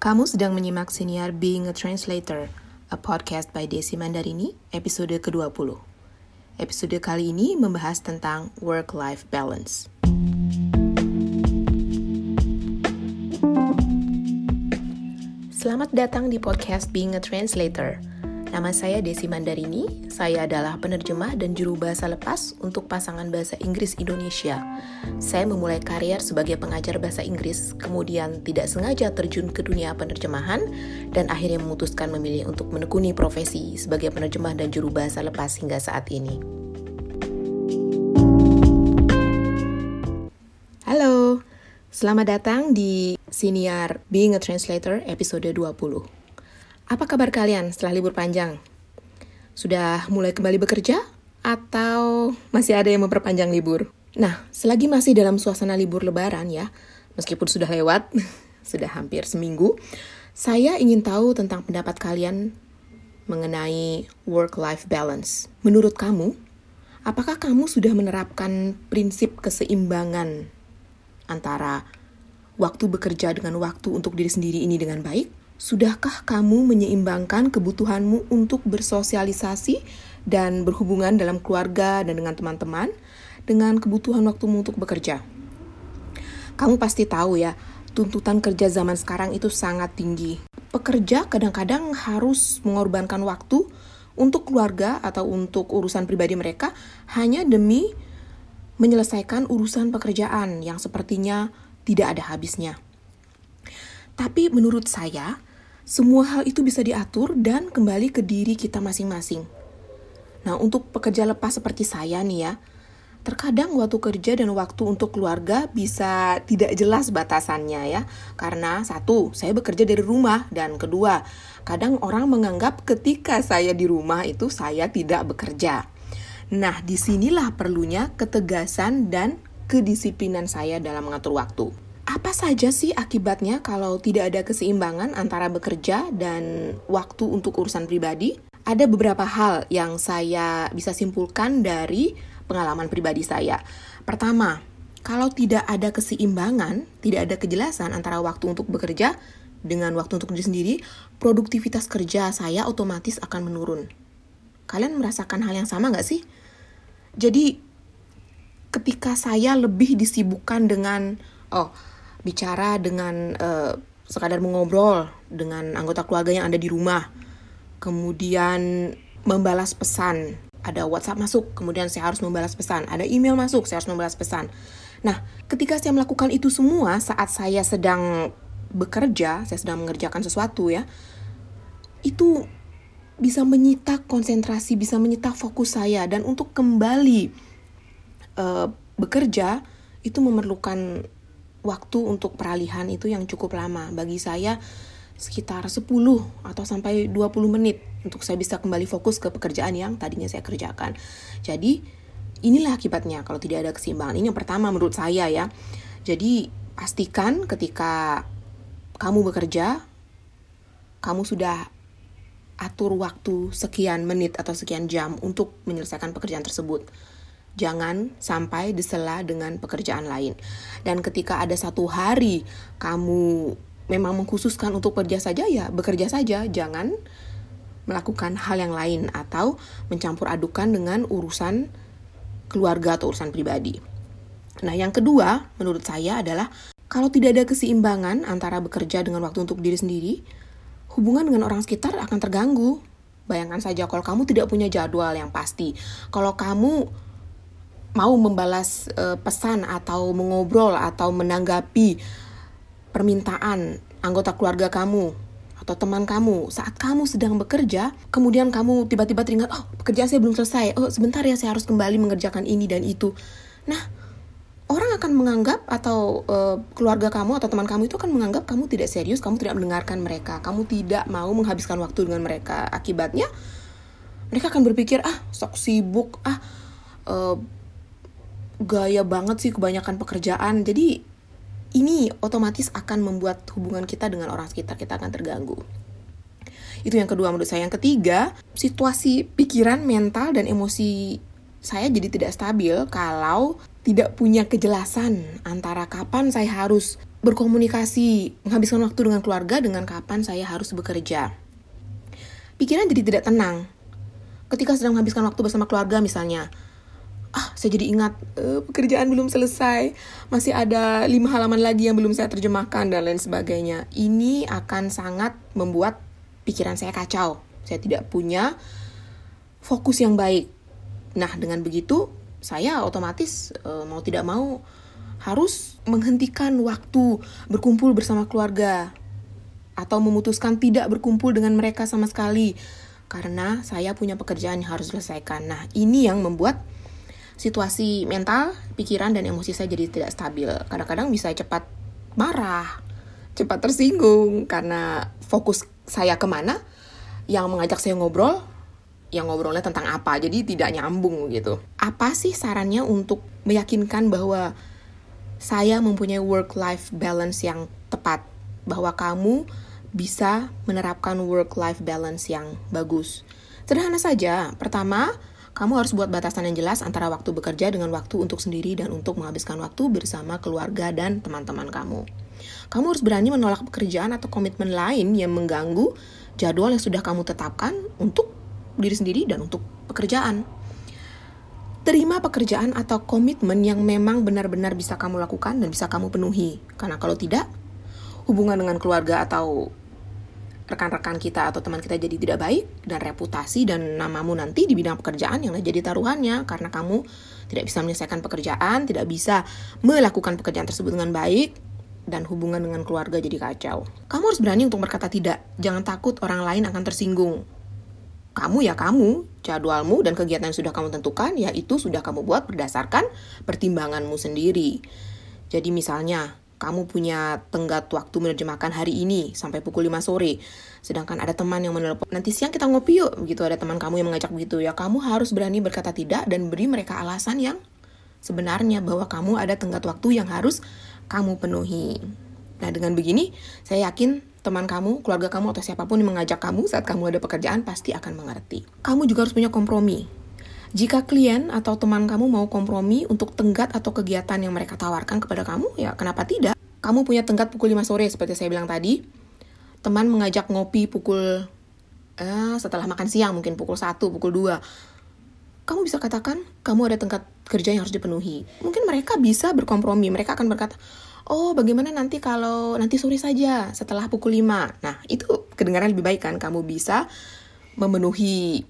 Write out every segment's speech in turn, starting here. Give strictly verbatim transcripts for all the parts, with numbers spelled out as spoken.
Kamu sedang menyimak siniar Being a Translator, a podcast by Desi Mandarini, episode kedua puluh. Episode kali ini membahas tentang work-life balance. Selamat datang di podcast Being a Translator. Nama saya Desi Mandarini, saya adalah penerjemah dan juru bahasa lepas untuk pasangan bahasa Inggris Indonesia. Saya memulai karier sebagai pengajar bahasa Inggris, kemudian tidak sengaja terjun ke dunia penerjemahan, dan akhirnya memutuskan memilih untuk menekuni profesi sebagai penerjemah dan juru bahasa lepas hingga saat ini. Halo, selamat datang di siniar Being a Translator episode dua puluh. Apa kabar kalian setelah libur panjang? Sudah mulai kembali bekerja? Atau masih ada yang memperpanjang libur? Nah, selagi masih dalam suasana libur lebaran ya, meskipun sudah lewat, sudah hampir seminggu, saya ingin tahu tentang pendapat kalian mengenai work-life balance. Menurut kamu, apakah kamu sudah menerapkan prinsip keseimbangan antara waktu bekerja dengan waktu untuk diri sendiri ini dengan baik? Sudahkah kamu menyeimbangkan kebutuhanmu untuk bersosialisasi dan berhubungan dalam keluarga dan dengan teman-teman dengan kebutuhan waktumu untuk bekerja? Kamu pasti tahu ya, tuntutan kerja zaman sekarang itu sangat tinggi. Pekerja kadang-kadang harus mengorbankan waktu untuk keluarga atau untuk urusan pribadi mereka hanya demi menyelesaikan urusan pekerjaan yang sepertinya tidak ada habisnya. Tapi menurut saya, semua hal itu bisa diatur dan kembali ke diri kita masing-masing. Nah, untuk pekerja lepas seperti saya nih ya, terkadang waktu kerja dan waktu untuk keluarga bisa tidak jelas batasannya ya. Karena satu, saya bekerja dari rumah, dan kedua, kadang orang menganggap ketika saya di rumah itu saya tidak bekerja. Nah, disinilah perlunya ketegasan dan kedisiplinan saya dalam mengatur waktu. Apa saja sih akibatnya kalau tidak ada keseimbangan antara bekerja dan waktu untuk urusan pribadi? Ada beberapa hal yang saya bisa simpulkan dari pengalaman pribadi saya. Pertama, kalau tidak ada keseimbangan, tidak ada kejelasan antara waktu untuk bekerja dengan waktu untuk diri sendiri, produktivitas kerja saya otomatis akan menurun. Kalian merasakan hal yang sama nggak sih? Jadi, ketika saya lebih disibukkan dengan, oh, bicara dengan uh, sekadar mengobrol dengan anggota keluarga yang ada di rumah, kemudian membalas pesan, ada WhatsApp masuk, kemudian saya harus membalas pesan, ada email masuk, saya harus membalas pesan. Nah, ketika saya melakukan itu semua saat saya sedang bekerja, saya sedang mengerjakan sesuatu ya, itu bisa menyita konsentrasi, bisa menyita fokus saya, dan untuk kembali uh, bekerja itu memerlukan waktu untuk peralihan itu yang cukup lama. Bagi saya sekitar sepuluh atau sampai dua puluh menit untuk saya bisa kembali fokus ke pekerjaan yang tadinya saya kerjakan. Jadi inilah akibatnya kalau tidak ada keseimbangan. Ini yang pertama menurut saya ya. Jadi pastikan ketika kamu bekerja, kamu sudah atur waktu sekian menit atau sekian jam untuk menyelesaikan pekerjaan tersebut. Jangan sampai disela dengan pekerjaan lain. Dan ketika ada satu hari kamu memang mengkhususkan untuk bekerja saja, ya bekerja saja. Jangan melakukan hal yang lain atau mencampur adukan dengan urusan keluarga atau urusan pribadi. Nah, yang kedua menurut saya adalah kalau tidak ada keseimbangan antara bekerja dengan waktu untuk diri sendiri, hubungan dengan orang sekitar akan terganggu. Bayangkan saja kalau kamu tidak punya jadwal yang pasti. Kalau kamu mau membalas uh, pesan atau mengobrol atau menanggapi permintaan anggota keluarga kamu atau teman kamu saat kamu sedang bekerja, kemudian kamu tiba-tiba teringat, oh pekerjaan saya belum selesai, oh sebentar ya saya harus kembali mengerjakan ini dan itu. Nah, orang akan menganggap atau uh, keluarga kamu atau teman kamu itu akan menganggap kamu tidak serius, kamu tidak mendengarkan mereka, kamu tidak mau menghabiskan waktu dengan mereka. Akibatnya mereka akan berpikir, ah sok sibuk, ah uh, gaya banget sih kebanyakan pekerjaan. Jadi ini otomatis akan membuat hubungan kita dengan orang sekitar kita akan terganggu. Itu yang kedua menurut saya. Yang ketiga, situasi pikiran, mental, dan emosi saya jadi tidak stabil kalau tidak punya kejelasan antara kapan saya harus berkomunikasi, menghabiskan waktu dengan keluarga dengan kapan saya harus bekerja. Pikiran jadi tidak tenang. Ketika sedang menghabiskan waktu bersama keluarga misalnya, ah saya jadi ingat eh, pekerjaan belum selesai, masih ada lima halaman lagi yang belum saya terjemahkan dan lain sebagainya. Ini akan sangat membuat pikiran saya kacau. Saya tidak punya fokus yang baik. Nah dengan begitu saya otomatis eh, mau tidak mau harus menghentikan waktu berkumpul bersama keluarga atau memutuskan tidak berkumpul dengan mereka sama sekali karena saya punya pekerjaan yang harus selesaikan. Nah, ini yang membuat situasi mental, pikiran, dan emosi saya jadi tidak stabil. Kadang-kadang bisa cepat marah, cepat tersinggung karena fokus saya kemana, yang mengajak saya ngobrol, yang ngobrolnya tentang apa, jadi tidak nyambung gitu. Apa sih sarannya untuk meyakinkan bahwa saya mempunyai work-life balance yang tepat? Bahwa kamu bisa menerapkan work-life balance yang bagus. Sederhana saja. Pertama, kamu harus buat batasan yang jelas antara waktu bekerja dengan waktu untuk sendiri dan untuk menghabiskan waktu bersama keluarga dan teman-teman kamu. Kamu harus berani menolak pekerjaan atau komitmen lain yang mengganggu jadwal yang sudah kamu tetapkan untuk diri sendiri dan untuk pekerjaan. Terima pekerjaan atau komitmen yang memang benar-benar bisa kamu lakukan dan bisa kamu penuhi. Karena kalau tidak, hubungan dengan keluarga atau rekan-rekan kita atau teman kita jadi tidak baik, dan reputasi dan namamu nanti di bidang pekerjaan yang jadi taruhannya karena kamu tidak bisa menyelesaikan pekerjaan, tidak bisa melakukan pekerjaan tersebut dengan baik, dan hubungan dengan keluarga jadi kacau. Kamu harus berani untuk berkata tidak. Jangan takut orang lain akan tersinggung. Kamu ya kamu, jadwalmu dan kegiatan yang sudah kamu tentukan, ya itu sudah kamu buat berdasarkan pertimbanganmu sendiri. Jadi misalnya, kamu punya tenggat waktu menerjemahkan hari ini sampai pukul lima sore. Sedangkan ada teman yang menelpon, nanti siang kita ngopi yuk. Begitu ada teman kamu yang mengajak begitu. Ya kamu harus berani berkata tidak dan beri mereka alasan yang sebenarnya bahwa kamu ada tenggat waktu yang harus kamu penuhi. Nah dengan begini, saya yakin teman kamu, keluarga kamu, atau siapapun yang mengajak kamu saat kamu ada pekerjaan pasti akan mengerti. Kamu juga harus punya kompromi. Jika klien atau teman kamu mau kompromi untuk tenggat atau kegiatan yang mereka tawarkan kepada kamu, ya kenapa tidak? Kamu punya tenggat pukul lima sore seperti saya bilang tadi. Teman mengajak ngopi pukul eh, setelah makan siang, mungkin pukul satu, pukul dua. Kamu bisa katakan, kamu ada tenggat kerja yang harus dipenuhi. Mungkin mereka bisa berkompromi. Mereka akan berkata, oh bagaimana nanti kalau nanti sore saja setelah pukul lima. Nah itu kedengaran lebih baik kan. Kamu bisa memenuhi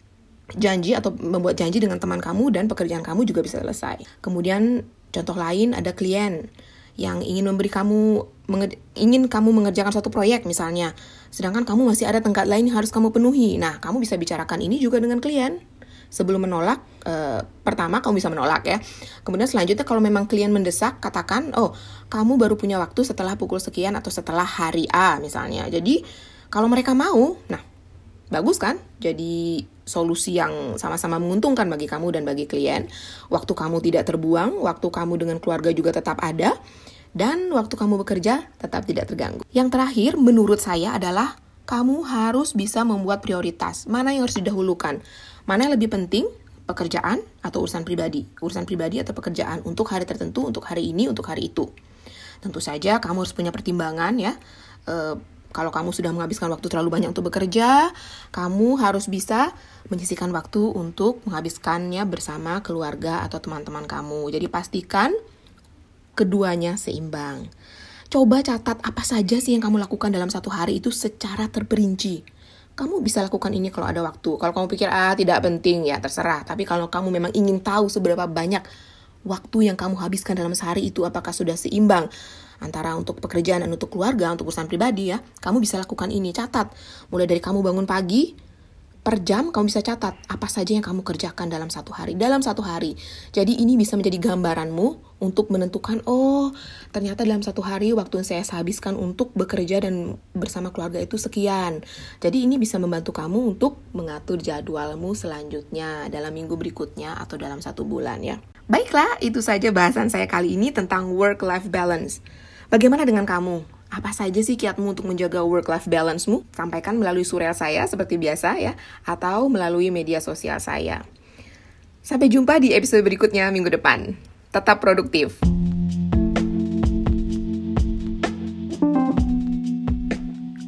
janji atau membuat janji dengan teman kamu dan pekerjaan kamu juga bisa selesai. Kemudian contoh lain ada klien yang ingin memberi kamu menge- ingin kamu mengerjakan suatu proyek misalnya, sedangkan kamu masih ada tenggat lain yang harus kamu penuhi. Nah, kamu bisa bicarakan ini juga dengan klien. Sebelum menolak, eh, pertama kamu bisa menolak ya. Kemudian selanjutnya kalau memang klien mendesak, katakan, oh kamu baru punya waktu setelah pukul sekian atau setelah hari A misalnya. Jadi kalau mereka mau, nah bagus kan? Jadi solusi yang sama-sama menguntungkan bagi kamu dan bagi klien. Waktu kamu tidak terbuang, waktu kamu dengan keluarga juga tetap ada, dan waktu kamu bekerja tetap tidak terganggu. Yang terakhir menurut saya adalah kamu harus bisa membuat prioritas. Mana yang harus didahulukan? Mana yang lebih penting? Pekerjaan atau urusan pribadi? Urusan pribadi atau pekerjaan untuk hari tertentu, untuk hari ini, untuk hari itu. Tentu saja kamu harus punya pertimbangan ya. E, Kalau kamu sudah menghabiskan waktu terlalu banyak untuk bekerja, kamu harus bisa menyisihkan waktu untuk menghabiskannya bersama keluarga atau teman-teman kamu. Jadi pastikan keduanya seimbang. Coba catat apa saja sih yang kamu lakukan dalam satu hari itu secara terperinci. Kamu bisa lakukan ini kalau ada waktu. Kalau kamu pikir, ah tidak penting, ya terserah. Tapi kalau kamu memang ingin tahu seberapa banyak waktu yang kamu habiskan dalam sehari itu, apakah sudah seimbang antara untuk pekerjaan dan untuk keluarga, untuk urusan pribadi ya, kamu bisa lakukan ini, catat. Mulai dari kamu bangun pagi, per jam kamu bisa catat apa saja yang kamu kerjakan dalam satu hari. Dalam satu hari. Jadi ini bisa menjadi gambaranmu untuk menentukan, oh ternyata dalam satu hari waktu yang saya habiskan untuk bekerja dan bersama keluarga itu sekian. Jadi ini bisa membantu kamu untuk mengatur jadwalmu selanjutnya dalam minggu berikutnya atau dalam satu bulan ya. Baiklah, itu saja bahasan saya kali ini tentang work-life balance. Bagaimana dengan kamu? Apa saja sih kiatmu untuk menjaga work-life balance-mu? Sampaikan melalui surel saya seperti biasa ya, atau melalui media sosial saya. Sampai jumpa di episode berikutnya minggu depan. Tetap produktif.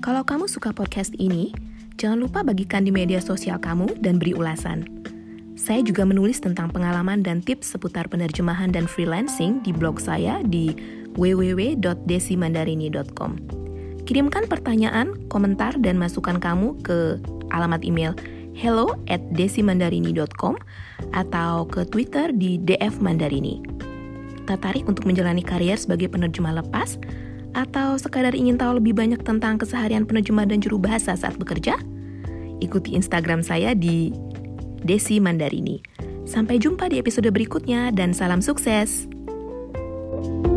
Kalau kamu suka podcast ini, jangan lupa bagikan di media sosial kamu dan beri ulasan. Saya juga menulis tentang pengalaman dan tips seputar penerjemahan dan freelancing di blog saya di w w w dot desi mandarini dot com. Kirimkan pertanyaan, komentar, dan masukan kamu ke alamat email hello at desi mandarini dot com atau ke Twitter di d f mandarini. Tertarik untuk menjalani karier sebagai penerjemah lepas? Atau sekadar ingin tahu lebih banyak tentang keseharian penerjemah dan juru bahasa saat bekerja? Ikuti Instagram saya di Desi Mandarini. Sampai jumpa di episode berikutnya dan salam sukses!